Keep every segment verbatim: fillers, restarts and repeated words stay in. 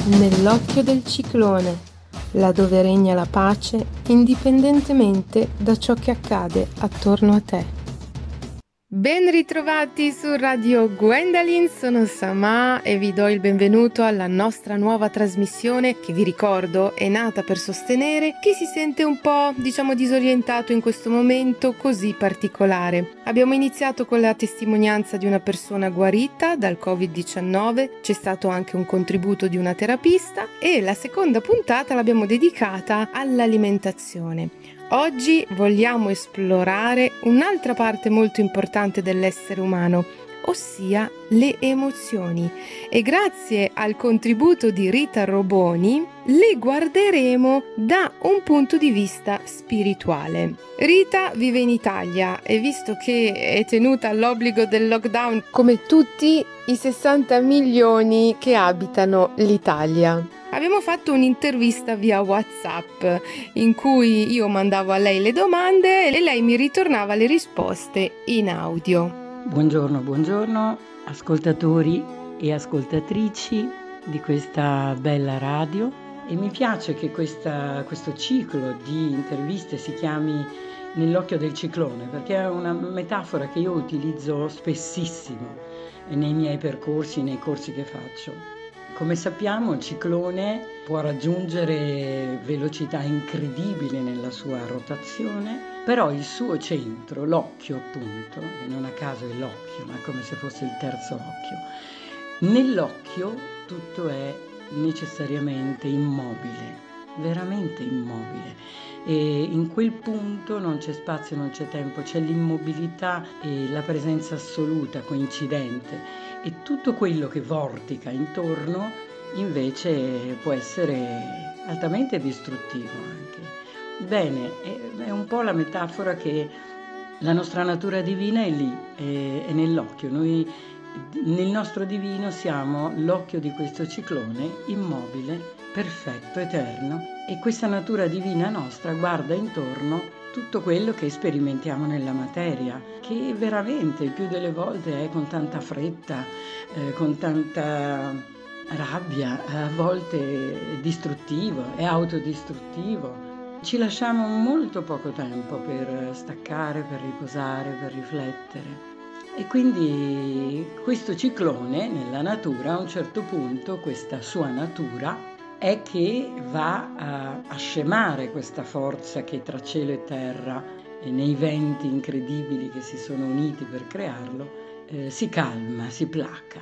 Nell'occhio del ciclone, laddove regna la pace, indipendentemente da ciò che accade attorno a te. Ben ritrovati su Radio Gwendalyn, sono Sama e vi do il benvenuto alla nostra nuova trasmissione che vi ricordo è nata per sostenere chi si sente un po', diciamo, disorientato in questo momento così particolare. Abbiamo iniziato con la testimonianza di una persona guarita dal covid diciannove, c'è stato anche un contributo di una terapista e la seconda puntata l'abbiamo dedicata all'alimentazione. Oggi vogliamo esplorare un'altra parte molto importante dell'essere umano, ossia le emozioni, e grazie al contributo di Rita Roboni le guarderemo da un punto di vista spirituale. Rita vive in Italia e visto che è tenuta all'obbligo del lockdown come tutti i sessanta milioni che abitano l'Italia, abbiamo fatto un'intervista via WhatsApp in cui io mandavo a lei le domande e lei mi ritornava le risposte in audio. Buongiorno, buongiorno ascoltatori e ascoltatrici di questa bella radio, e mi piace che questa, questo ciclo di interviste si chiami Nell'occhio del ciclone, perché è una metafora che io utilizzo spessissimo nei miei percorsi, nei corsi che faccio. Come sappiamo, il ciclone può raggiungere velocità incredibili nella sua rotazione, però il suo centro, l'occhio appunto, e non a caso è l'occhio, ma come se fosse il terzo occhio, nell'occhio tutto è necessariamente immobile, veramente immobile. E in quel punto non c'è spazio, non c'è tempo, c'è l'immobilità e la presenza assoluta, coincidente. E tutto quello che vortica intorno invece può essere altamente distruttivo anche. Bene, è un po' la metafora che la nostra natura divina è lì, è, è nell'occhio. Noi nel nostro divino siamo l'occhio di questo ciclone immobile, perfetto, eterno, e questa natura divina nostra guarda intorno tutto quello che sperimentiamo nella materia, che veramente il più delle volte è con tanta fretta, eh, con tanta rabbia, a volte è distruttivo, è autodistruttivo. Ci lasciamo molto poco tempo per staccare, per riposare, per riflettere. E quindi questo ciclone nella natura, a un certo punto, questa sua natura, è che va a, a scemare questa forza che tra cielo e terra, e nei venti incredibili che si sono uniti per crearlo, eh, si calma, si placa.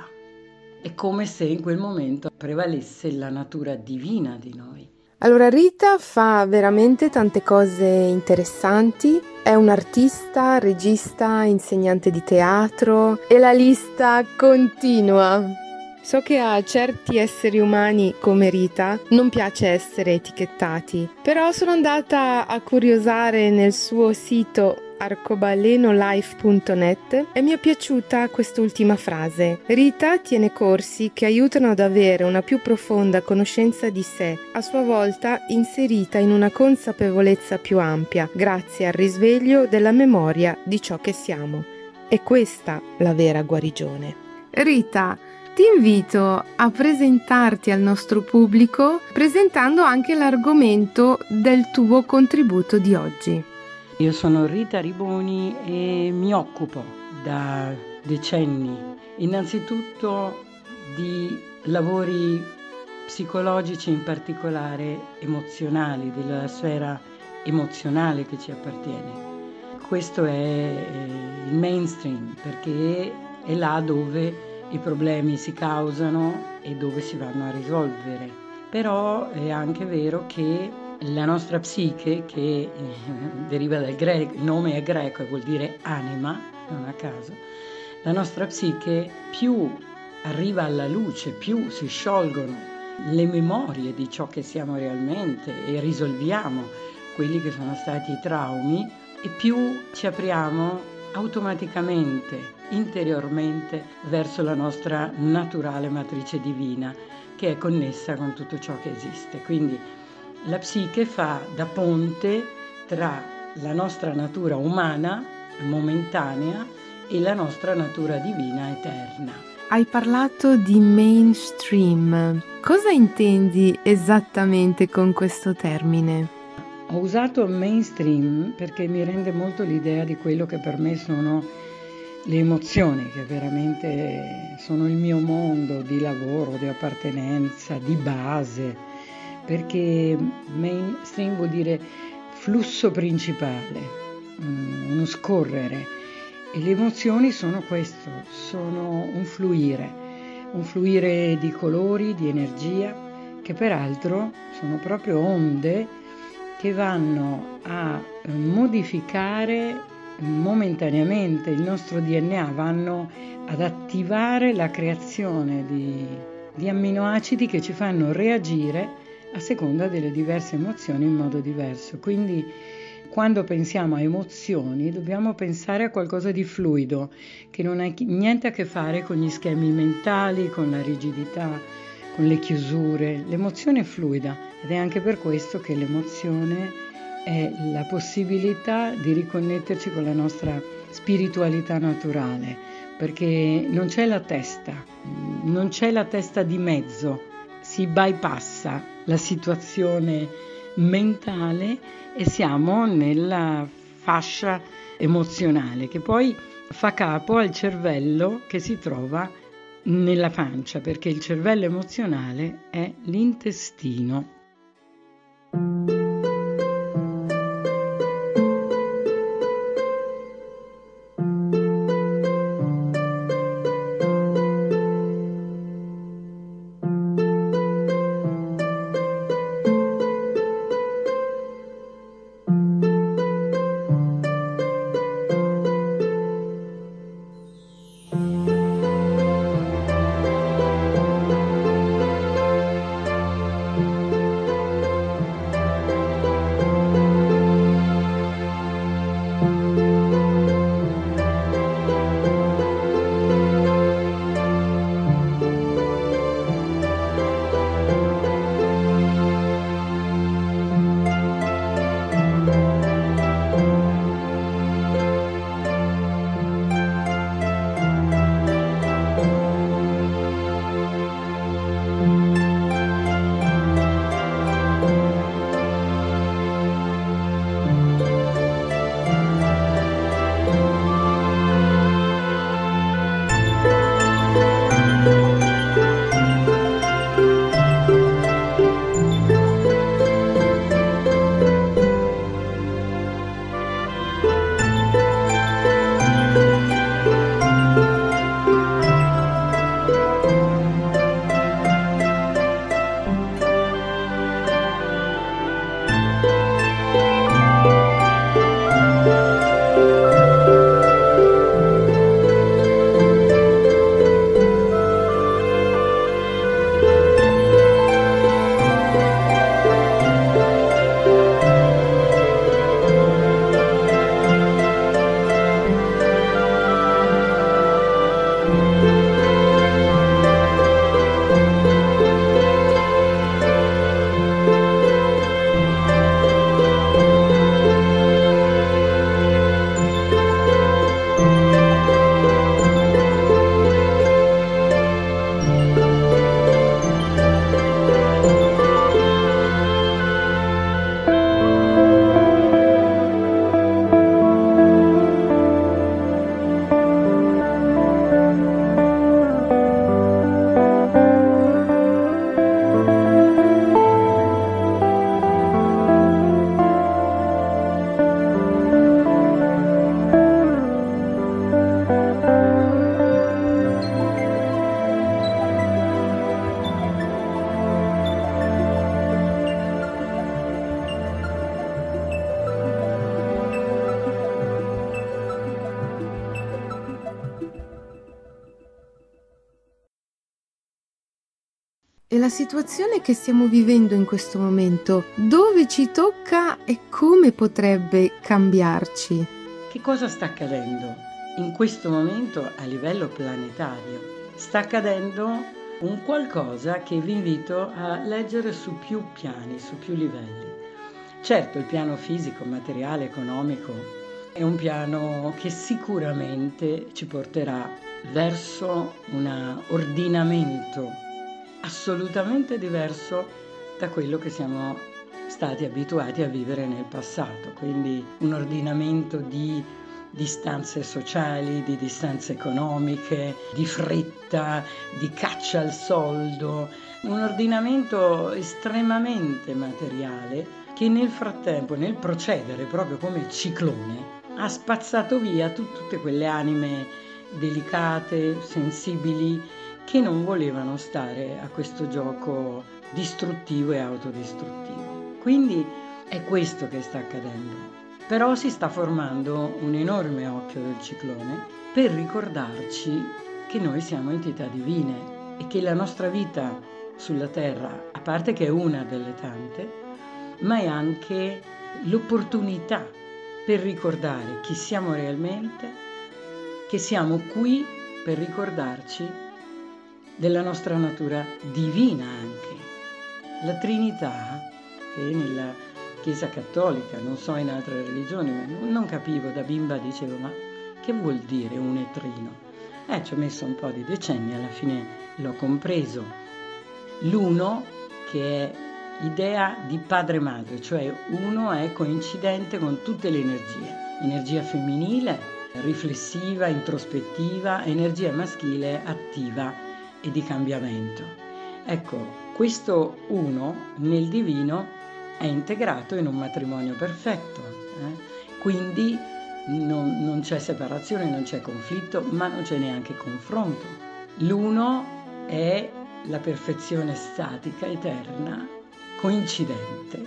È come se in quel momento prevalesse la natura divina di noi. Allora, Rita fa veramente tante cose interessanti, è un'artista, regista, insegnante di teatro e la lista continua. So che a certi esseri umani come Rita non piace essere etichettati, però sono andata a curiosare nel suo sito arcobalenolife punto net e mi è piaciuta quest'ultima frase. Rita tiene corsi che aiutano ad avere una più profonda conoscenza di sé, a sua volta inserita in una consapevolezza più ampia, grazie al risveglio della memoria di ciò che siamo. È questa la vera guarigione. Rita, ti invito a presentarti al nostro pubblico presentando anche l'argomento del tuo contributo di oggi. Io sono Rita Riboni e mi occupo da decenni innanzitutto di lavori psicologici, in particolare emozionali, della sfera emozionale che ci appartiene. Questo è il mainstream perché è là dove i problemi si causano e dove si vanno a risolvere. Però è anche vero che la nostra psiche, che eh, deriva dal greco, il nome è greco e vuol dire anima, non a caso, la nostra psiche più arriva alla luce, più si sciolgono le memorie di ciò che siamo realmente e risolviamo quelli che sono stati i traumi, e più ci apriamo automaticamente, interiormente, verso la nostra naturale matrice divina, che è connessa con tutto ciò che esiste. Quindi la psiche fa da ponte tra la nostra natura umana, momentanea, e la nostra natura divina eterna. hai parlato di mainstream. Cosa intendi esattamente con questo termine? Ho usato mainstream perché mi rende molto l'idea di quello che per me sono le emozioni, che veramente sono il mio mondo di lavoro, di appartenenza, di base, perché mainstream vuol dire flusso principale, uno scorrere, e le emozioni sono questo, sono un fluire, un fluire di colori, di energia, che peraltro sono proprio onde che vanno a modificare momentaneamente il nostro D N A, vanno ad attivare la creazione di, di amminoacidi che ci fanno reagire a seconda delle diverse emozioni in modo diverso. Quindi quando pensiamo a emozioni dobbiamo pensare a qualcosa di fluido, che non ha niente a che fare con gli schemi mentali, con la rigidità, con le chiusure. L'emozione è fluida ed è anche per questo che l'emozione è la possibilità di riconnetterci con la nostra spiritualità naturale, perché non c'è la testa, non c'è la testa di mezzo, si bypassa la situazione mentale e siamo nella fascia emozionale che poi fa capo al cervello che si trova nella pancia, perché il cervello emozionale è l'intestino. E la situazione che stiamo vivendo in questo momento, dove ci tocca e come potrebbe cambiarci? Che cosa sta accadendo in questo momento a livello planetario? Sta accadendo un qualcosa che vi invito a leggere su più piani, su più livelli. Certo, il piano fisico, materiale, economico è un piano che sicuramente ci porterà verso un ordinamento assolutamente diverso da quello che siamo stati abituati a vivere nel passato, quindi un ordinamento di distanze sociali, di distanze economiche, di fretta, di caccia al soldo, un ordinamento estremamente materiale che nel frattempo, nel procedere proprio come il ciclone, ha spazzato via tut- tutte quelle anime delicate, sensibili, che non volevano stare a questo gioco distruttivo e autodistruttivo. Quindi è questo che sta accadendo. Però si sta formando un enorme occhio del ciclone per ricordarci che noi siamo entità divine e che la nostra vita sulla Terra, a parte che è una delle tante, ma è anche l'opportunità per ricordare chi siamo realmente, che siamo qui per ricordarci della nostra natura divina anche. La Trinità, che nella Chiesa cattolica, non so in altre religioni, ma non capivo, da bimba dicevo, ma che vuol dire un etrino? Eh, ci ho messo un po' di decenni, alla fine l'ho compreso. L'uno, che è idea di padre-madre, cioè uno è coincidente con tutte le energie, energia femminile, riflessiva, introspettiva, energia maschile, attiva e di cambiamento. Ecco, questo uno nel divino è integrato in un matrimonio perfetto, eh? Quindi non, non c'è separazione, non c'è conflitto, ma non c'è neanche confronto. L'uno è la perfezione statica, eterna, coincidente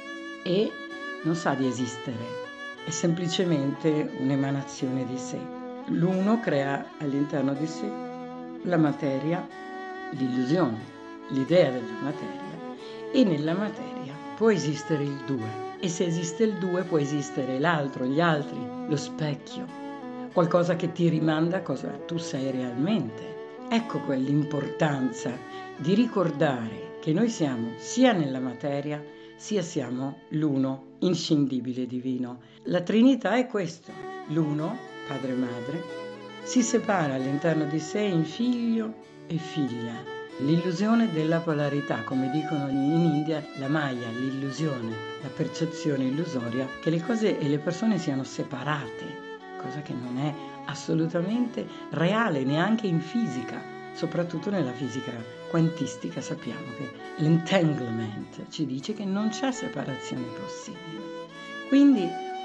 e non sa di esistere, è semplicemente un'emanazione di sé. L'uno crea all'interno di sé la materia, l'illusione, l'idea della materia, e nella materia può esistere il due, e se esiste il due può esistere l'altro, gli altri, lo specchio, qualcosa che ti rimanda a cosa tu sei realmente. Ecco quell'importanza di ricordare che noi siamo sia nella materia, sia siamo l'uno inscindibile divino. La Trinità è questo, l'uno, padre e madre, si separa all'interno di sé in figlio e figlia. L'illusione della polarità, come dicono in India, la maya, l'illusione, la percezione illusoria, che le cose e le persone siano separate, cosa che non è assolutamente reale neanche in fisica, soprattutto nella fisica quantistica sappiamo che l'entanglement ci dice che non c'è separazione possibile. Quindi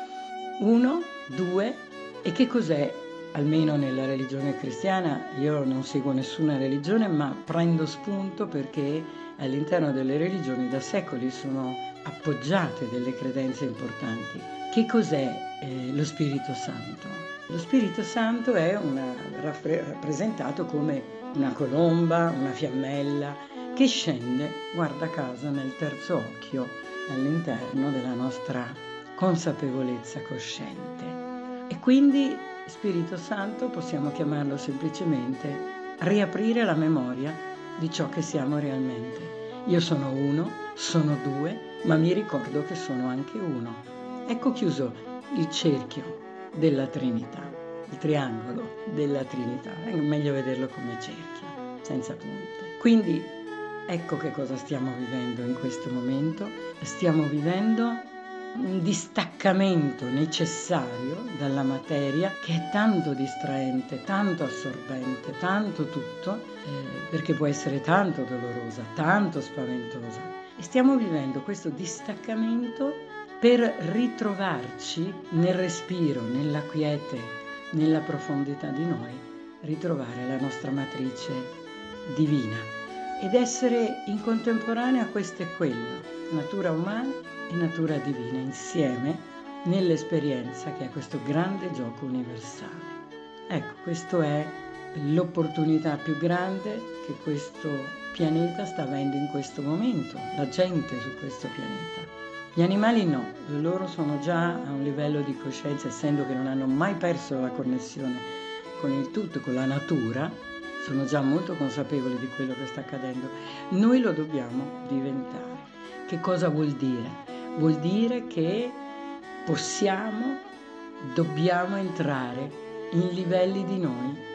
uno, due, e che cos'è? Almeno nella religione cristiana, io non seguo nessuna religione, ma prendo spunto perché all'interno delle religioni da secoli sono appoggiate delle credenze importanti. Che cos'è eh, lo Spirito Santo? Lo Spirito Santo è una, rappresentato come una colomba, una fiammella, che scende, guarda caso, nel terzo occhio all'interno della nostra consapevolezza cosciente. E quindi Spirito Santo possiamo chiamarlo semplicemente riaprire la memoria di ciò che siamo realmente. Io sono uno, sono due, ma mi ricordo che sono anche uno. Ecco chiuso il cerchio della Trinità, il triangolo della Trinità. È meglio vederlo come cerchio, senza punte. Quindi ecco che cosa stiamo vivendo in questo momento. Stiamo vivendo un distaccamento necessario dalla materia che è tanto distraente, tanto assorbente, tanto tutto, eh, perché può essere tanto dolorosa, tanto spaventosa. E stiamo vivendo questo distaccamento per ritrovarci nel respiro, nella quiete, nella profondità di noi, ritrovare la nostra matrice divina ed essere in contemporanea questo e quello, natura umana e natura divina insieme nell'esperienza che è questo grande gioco universale. Ecco, questa è l'opportunità più grande che questo pianeta sta avendo in questo momento, la gente su questo pianeta. Gli animali no, loro sono già a un livello di coscienza, essendo che non hanno mai perso la connessione con il tutto, con la natura, sono già molto consapevoli di quello che sta accadendo. Noi lo dobbiamo diventare. Che cosa vuol dire? Vuol dire che possiamo, dobbiamo entrare in livelli di noi, in dimensioni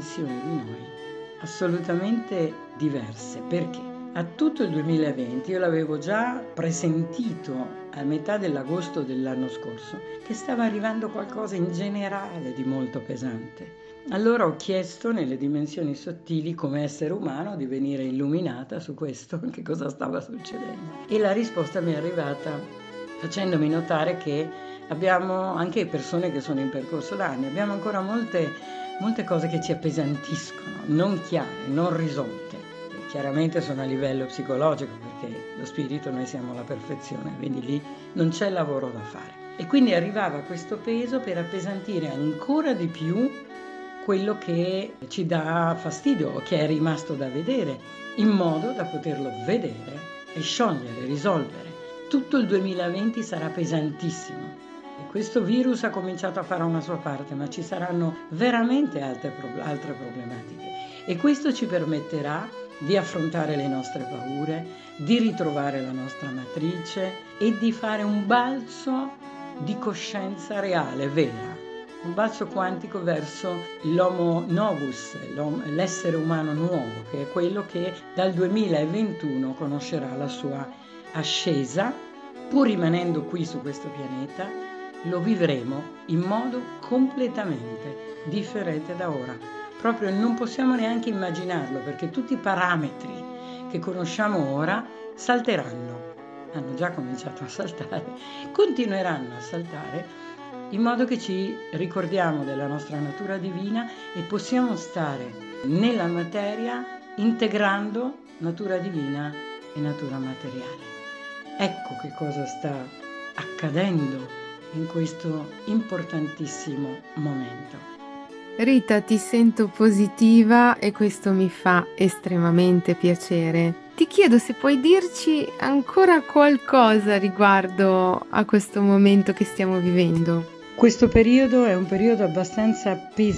dimensioni di noi assolutamente diverse. Perché? A tutto il duemilaventi io l'avevo già presentito a metà dell'agosto dell'anno scorso che stava arrivando qualcosa in generale di molto pesante. Allora ho chiesto nelle dimensioni sottili come essere umano di venire illuminata su questo, che cosa stava succedendo. E la risposta mi è arrivata facendomi notare che abbiamo anche persone che sono in percorso da anni, abbiamo ancora molte, molte cose che ci appesantiscono, non chiare, non risolte. Chiaramente sono a livello psicologico, perché lo spirito noi siamo la perfezione, quindi lì non c'è lavoro da fare. E quindi arrivava questo peso per appesantire ancora di più quello che ci dà fastidio o che è rimasto da vedere, in modo da poterlo vedere e sciogliere, risolvere. Tutto il duemilaventi sarà pesantissimo e questo virus ha cominciato a fare una sua parte, ma ci saranno veramente altre, altre problematiche e questo ci permetterà di affrontare le nostre paure, di ritrovare la nostra matrice e di fare un balzo di coscienza reale, vera, un balzo quantico verso l'homo novus, l'essere umano nuovo, che è quello che dal duemilaventuno conoscerà la sua ascesa, pur rimanendo qui su questo pianeta, lo vivremo in modo completamente differente da ora. Proprio non possiamo neanche immaginarlo, perché tutti i parametri che conosciamo ora salteranno, hanno già cominciato a saltare, continueranno a saltare, in modo che ci ricordiamo della nostra natura divina e possiamo stare nella materia integrando natura divina e natura materiale. Ecco che cosa sta accadendo in questo importantissimo momento. Rita, ti sento positiva e questo mi fa estremamente piacere. Ti chiedo se puoi dirci ancora qualcosa riguardo a questo momento che stiamo vivendo. Questo periodo è un periodo abbastanza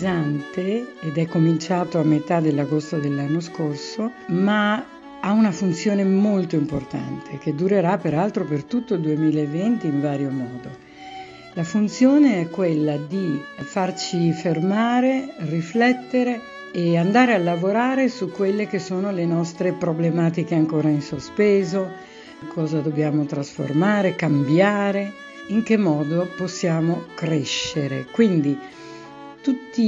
pesante ed è cominciato a metà dell'agosto dell'anno scorso, ma ha una funzione molto importante che durerà peraltro per tutto il duemilaventi in vario modo. La funzione è quella di farci fermare, riflettere e andare a lavorare su quelle che sono le nostre problematiche ancora in sospeso, cosa dobbiamo trasformare, cambiare, in che modo possiamo crescere. Quindi tutti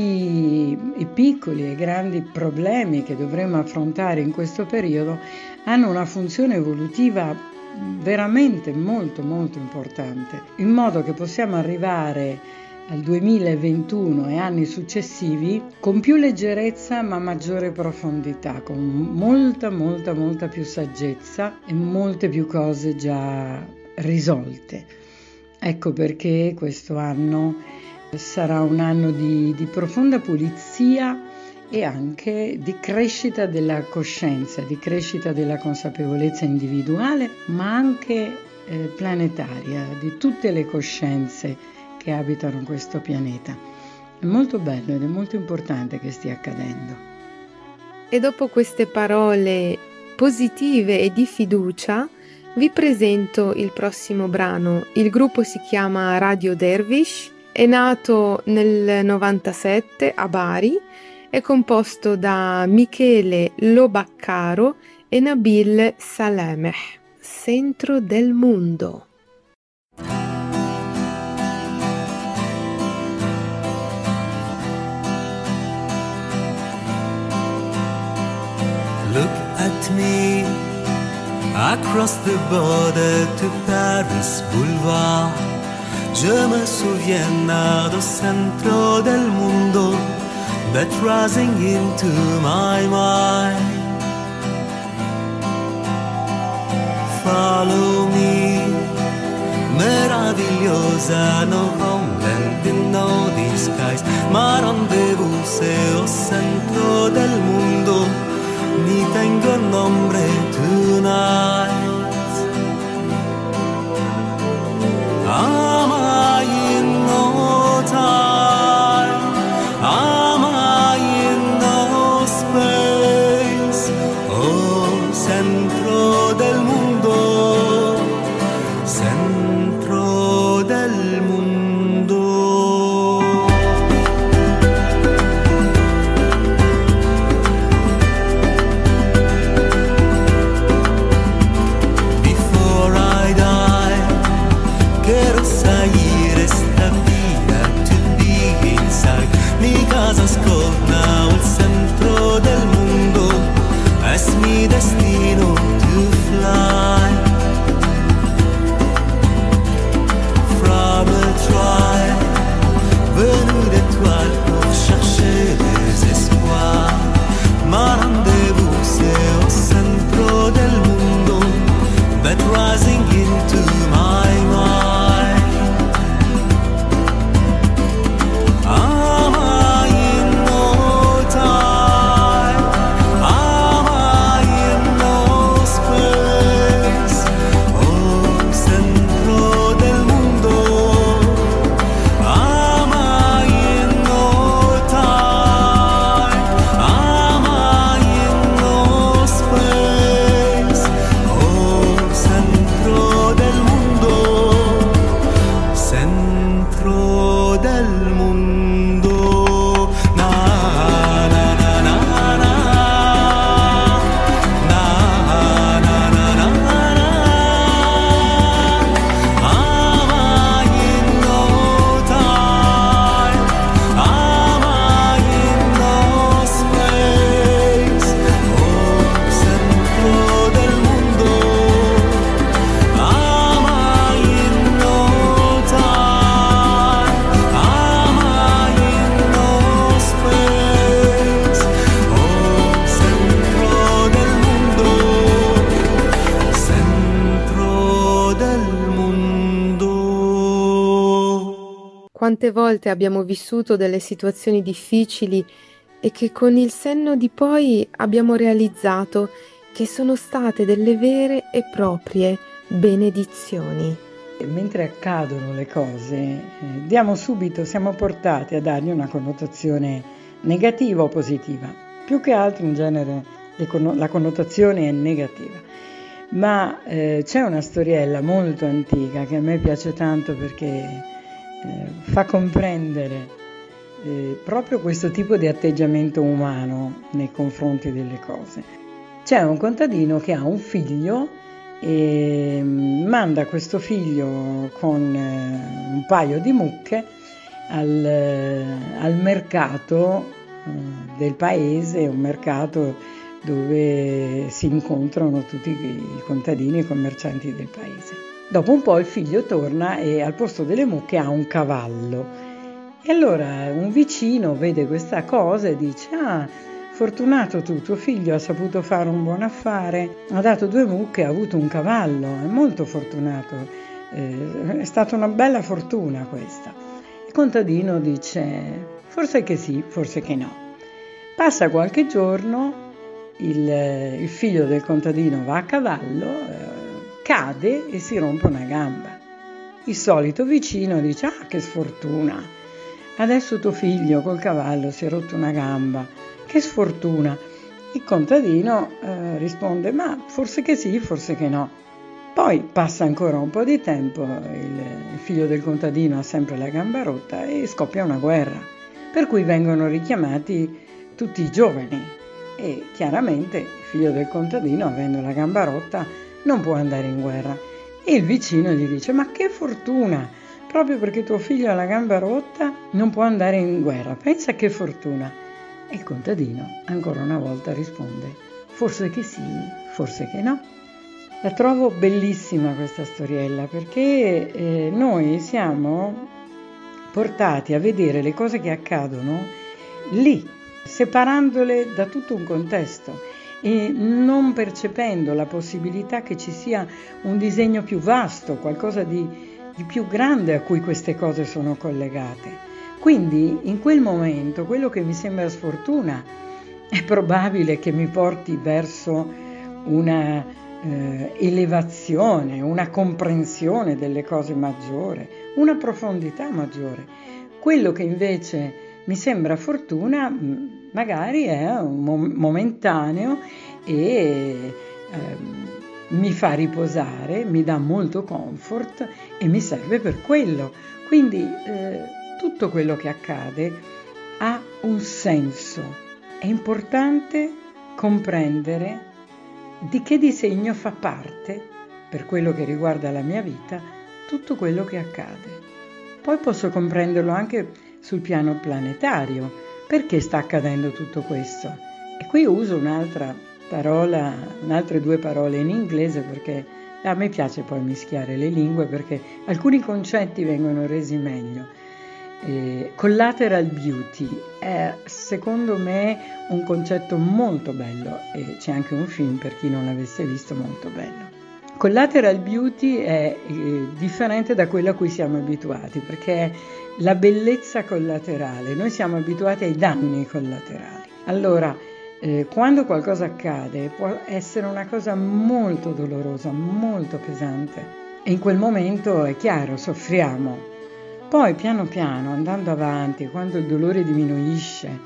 i piccoli e grandi problemi che dovremo affrontare in questo periodo hanno una funzione evolutiva veramente molto molto importante, in modo che possiamo arrivare al duemilaventuno e anni successivi con più leggerezza ma maggiore profondità, con molta molta molta più saggezza e molte più cose già risolte. Ecco perché questo anno sarà un anno di, di profonda pulizia e anche di crescita della coscienza, di crescita della consapevolezza individuale, ma anche eh, planetaria, di tutte le coscienze che abitano questo pianeta. È molto bello ed è molto importante che stia accadendo. E dopo queste parole positive e di fiducia, vi presento il prossimo brano. Il gruppo si chiama Radio Dervish, è nato nel novantasette a Bari, è composto da Michele Lobaccaro e Nabil Salameh. Centro del mondo. Look at me across the border to Paris Boulevard. Je me souviens do centro del mondo. That rising into my mind. Follow me, meravigliosa, no homeland in no disguise. Ma rendezvous c'est au centro del mundo. Ni tengo nombre tonight. Am I in no time? Am centro del mondo, centro del mondo. now el centro del mundo, es mi destino to fly. From a trial, venu d'étoiles pour chercher des espoirs. Ma rendez-vous c'est au centro del mundo, but rising into my mind. Am I in no time? Am I in no space? Oh, centro del mundo. Am I in no time? Am I in no space? Oh, centro del mundo. Centro del mundo. Na na na na na. Na na na na na. Am I in no time? Am I in no space? Oh, centro del mundo. Am I in no time? Am I in no space? Oh, centro del mundo. Centro del mondo. Quante volte abbiamo vissuto delle situazioni difficili e che con il senno di poi abbiamo realizzato che sono state delle vere e proprie benedizioni. E mentre accadono le cose, eh, diamo subito, siamo portati a dargli una connotazione negativa o positiva. Più che altro in genere le conno- la connotazione è negativa. Ma eh, c'è una storiella molto antica che a me piace tanto perché eh, fa comprendere eh, proprio questo tipo di atteggiamento umano nei confronti delle cose. C'è un contadino che ha un figlio e manda questo figlio con eh, un paio di mucche al, eh, al mercato eh, del paese, un mercato dove si incontrano tutti i contadini e i commercianti del paese. Dopo un po' il figlio torna e al posto delle mucche ha un cavallo. E allora un vicino vede questa cosa e dice: ah, fortunato tu, tuo figlio ha saputo fare un buon affare, ha dato due mucche, ha avuto un cavallo, è molto fortunato, eh, è stata una bella fortuna questa. Il contadino dice: forse che sì, forse che no. Passa qualche giorno, il, il figlio del contadino va a cavallo, eh, cade e si rompe una gamba. Il solito vicino dice: ah, che sfortuna, adesso tuo figlio col cavallo si è rotto una gamba, che sfortuna. Il contadino eh, risponde: ma forse che sì, forse che no. Poi passa ancora un po' di tempo, il, il figlio del contadino ha sempre la gamba rotta e scoppia una guerra, per cui vengono richiamati tutti i giovani e chiaramente il figlio del contadino, avendo la gamba rotta, non può andare in guerra. E il vicino gli dice: ma che fortuna, proprio perché tuo figlio ha la gamba rotta non può andare in guerra, pensa che fortuna. E il contadino ancora una volta risponde: forse che sì, forse che no. La trovo bellissima questa storiella perché eh, noi siamo portati a vedere le cose che accadono lì, separandole da tutto un contesto e non percependo la possibilità che ci sia un disegno più vasto, qualcosa di, di più grande a cui queste cose sono collegate. Quindi in quel momento quello che mi sembra sfortuna è probabile che mi porti verso una eh, elevazione, una comprensione delle cose maggiore, una profondità maggiore. Quello che invece mi sembra fortuna magari è un momentaneo e eh, mi fa riposare, mi dà molto comfort e mi serve per quello. Quindi eh, tutto quello che accade ha un senso. È importante comprendere di che disegno fa parte, per quello che riguarda la mia vita, tutto quello che accade. Poi posso comprenderlo anche sul piano planetario, Perché sta accadendo tutto questo? E qui uso un'altra parola, un'altre due parole in inglese, perché a me piace poi mischiare le lingue, perché alcuni concetti vengono resi meglio. Eh, collateral beauty è secondo me un concetto molto bello, e c'è anche un film, per chi non l'avesse visto, molto bello. Collateral beauty è eh, differente da quello a cui siamo abituati, perché è la bellezza collaterale. Noi siamo abituati ai danni collaterali. Allora, eh, quando qualcosa accade può essere una cosa molto dolorosa, molto pesante, e in quel momento è chiaro, soffriamo. Poi piano piano, andando avanti, quando il dolore diminuisce,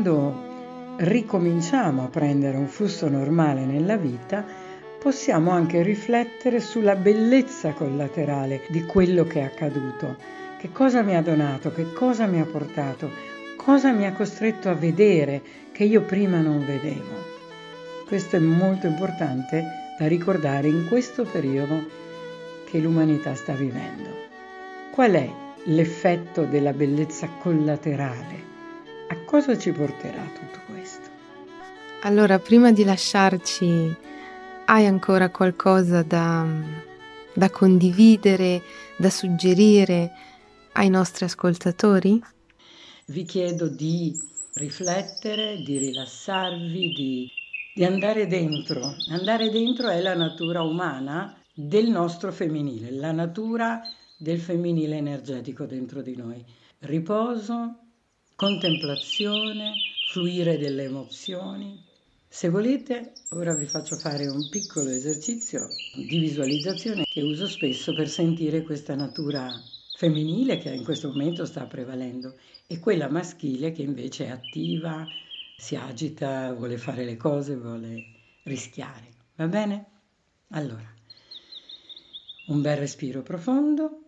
quando ricominciamo a prendere un flusso normale nella vita, possiamo anche riflettere sulla bellezza collaterale di quello che è accaduto. Che cosa mi ha donato, che cosa mi ha portato, cosa mi ha costretto a vedere che io prima non vedevo. Questo è molto importante da ricordare in questo periodo che l'umanità sta vivendo. Qual è l'effetto della bellezza collaterale? A cosa ci porterà tutto questo? Allora, prima di lasciarci, hai ancora qualcosa da, da condividere, da suggerire ai nostri ascoltatori? Vi chiedo di riflettere, di rilassarvi, di, di andare dentro. Andare dentro è la natura umana del nostro femminile, la natura del femminile energetico dentro di noi. Riposo, contemplazione, fluire delle emozioni. Se volete, ora vi faccio fare un piccolo esercizio di visualizzazione che uso spesso per sentire questa natura femminile che in questo momento sta prevalendo e quella maschile che invece è attiva, si agita, vuole fare le cose, vuole rischiare. Va bene? Allora, un bel respiro profondo,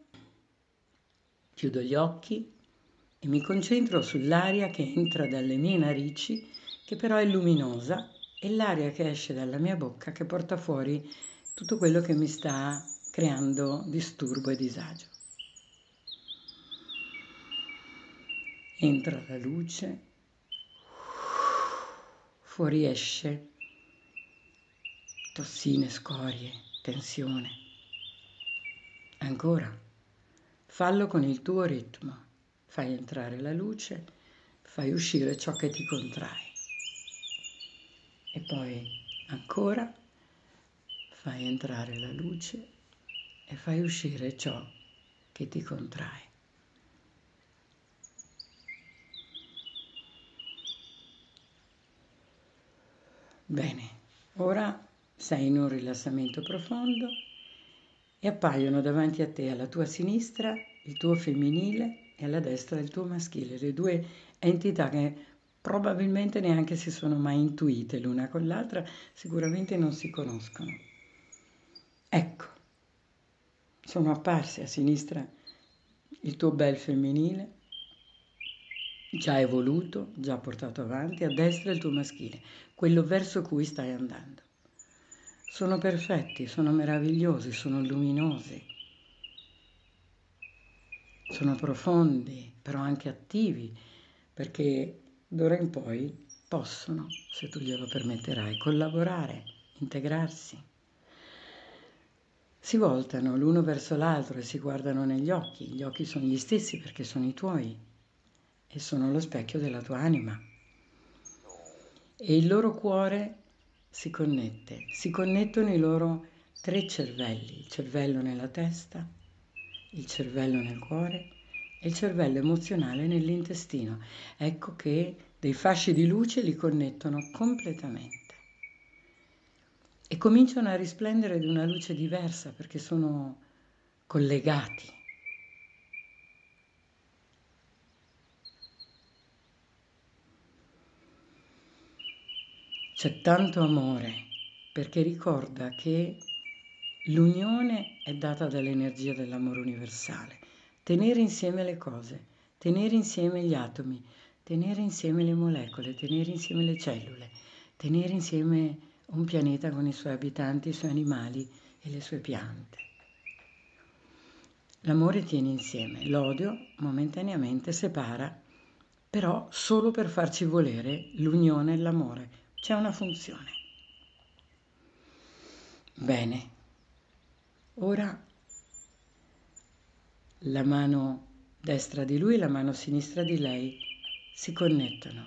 chiudo gli occhi e mi concentro sull'aria che entra dalle mie narici, che però è luminosa, e l'aria che esce dalla mia bocca che porta fuori tutto quello che mi sta creando disturbo e disagio. Entra la luce, fuori esce tossine, scorie, tensione. Ancora, fallo con il tuo ritmo. Fai entrare la luce, fai uscire ciò che ti contrae. E poi ancora fai entrare la luce e fai uscire ciò che ti contrae. Bene, ora sei in un rilassamento profondo e appaiono davanti a te, alla tua sinistra, il tuo femminile e alla destra il tuo maschile, le due entità che probabilmente neanche si sono mai intuite l'una con l'altra, sicuramente non si conoscono. Ecco, sono apparsi a sinistra il tuo bel femminile, già evoluto, già portato avanti, a destra il tuo maschile, quello verso cui stai andando. Sono perfetti, sono meravigliosi, sono luminosi, sono profondi, però anche attivi, perché d'ora in poi possono, se tu glielo permetterai, collaborare, integrarsi. Si voltano l'uno verso l'altro e si guardano negli occhi. Gli occhi sono gli stessi perché sono i tuoi e sono lo specchio della tua anima. E il loro cuore si connette, si connettono i loro tre cervelli, il cervello nella testa, il cervello nel cuore e il cervello emozionale nell'intestino. Ecco che dei fasci di luce li connettono completamente e cominciano a risplendere di una luce diversa perché sono collegati. C'è tanto amore perché ricorda che l'unione è data dall'energia dell'amore universale. Tenere insieme le cose, tenere insieme gli atomi, tenere insieme le molecole, tenere insieme le cellule, tenere insieme un pianeta con i suoi abitanti, i suoi animali e le sue piante. L'amore tiene insieme, l'odio momentaneamente separa però solo per farci volere l'unione e l'amore. C'è una funzione. Bene, ora la mano destra di lui e la mano sinistra di lei si connettono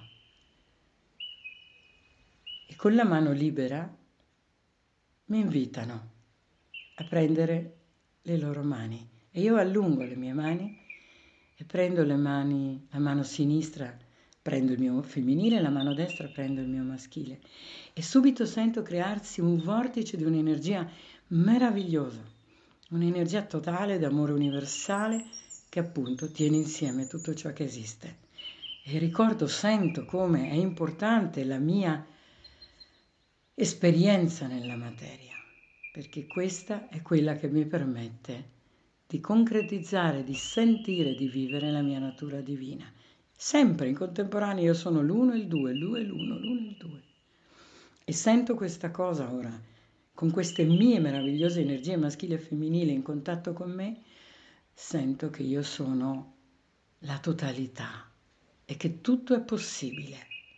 e con la mano libera mi invitano a prendere le loro mani e io allungo le mie mani e prendo le mani, la mano sinistra prendo il mio femminile, la mano destra prendo il mio maschile e subito sento crearsi un vortice di un'energia meravigliosa, un'energia totale d'amore universale che appunto tiene insieme tutto ciò che esiste. E ricordo, sento come è importante la mia esperienza nella materia, perché questa è quella che mi permette di concretizzare, di sentire, di vivere la mia natura divina. Sempre in contemporanea io sono l'uno e il due, il due e l'uno, l'uno e il due. E sento questa cosa ora, con queste mie meravigliose energie maschili e femminili in contatto con me, sento che io sono la totalità e che tutto è possibile.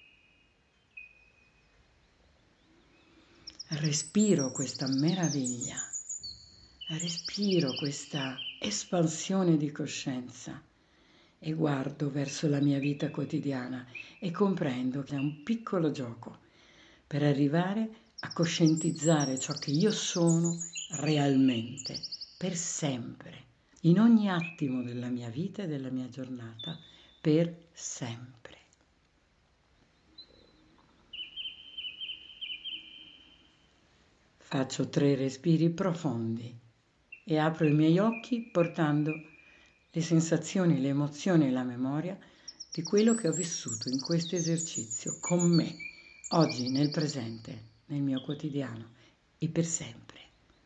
Respiro questa meraviglia, respiro questa espansione di coscienza e guardo verso la mia vita quotidiana e comprendo che è un piccolo gioco per arrivare a coscientizzare ciò che io sono realmente, per sempre, in ogni attimo della mia vita e della mia giornata, per sempre. Faccio tre respiri profondi e apro i miei occhi portando le sensazioni, le emozioni e la memoria di quello che ho vissuto in questo esercizio con me, oggi, nel presente, nel mio quotidiano e per sempre.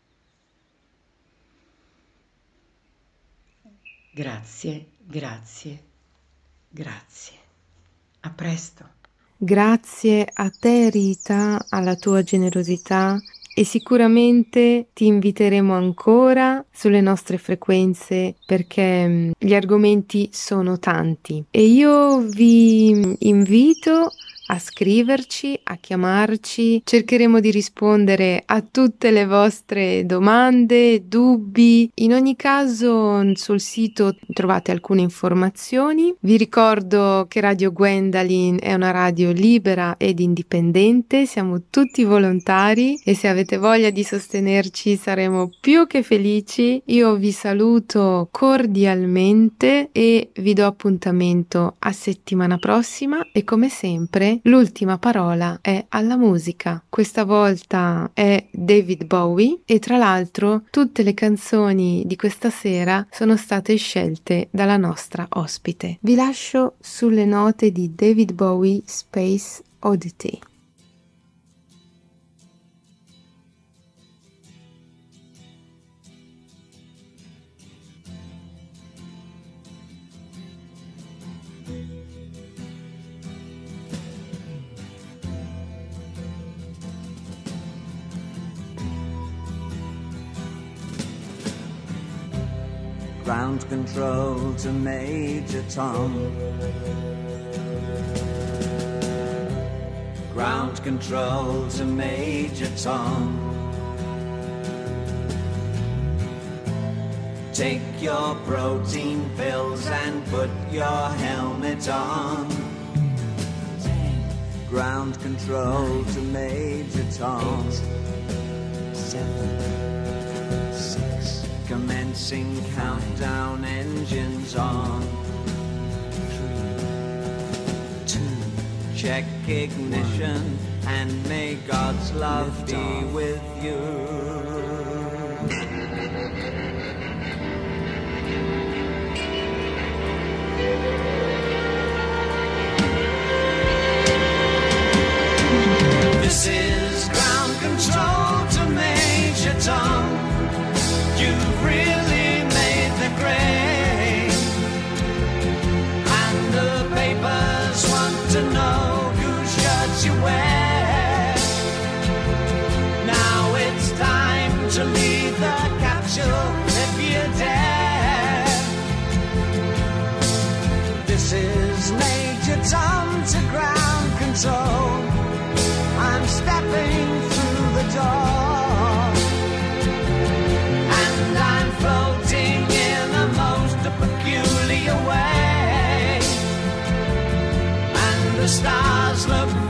Grazie, grazie, grazie. A presto. Grazie a te Rita, alla tua generosità e sicuramente ti inviteremo ancora sulle nostre frequenze perché gli argomenti sono tanti e io vi invito a scriverci, a chiamarci, cercheremo di rispondere a tutte le vostre domande, dubbi. In ogni caso sul sito trovate alcune informazioni. Vi ricordo che Radio Gwendalyn è una radio libera ed indipendente, siamo tutti volontari e se avete voglia di sostenerci saremo più che felici. Io vi saluto cordialmente e vi do appuntamento a settimana prossima e come sempre l'ultima parola è alla musica. Questa volta è David Bowie e tra l'altro tutte le canzoni di questa sera sono state scelte dalla nostra ospite. Vi lascio sulle note di David Bowie Space Oddity. Ground control to Major Tom. Ground control to Major Tom. Take your protein pills and put your helmet on. Ground control to Major Tom. Eight, seven, six. Commencing countdown, engines on. Three, two, check ignition, and may God's love be with you. This is ground control to Major Tom. You've really made the grade, and the papers want to know whose shirts you wear. Now it's time to leave the capsule if you dare. This is Major stepping through the door, and I'm floating in a most peculiar way, and the stars look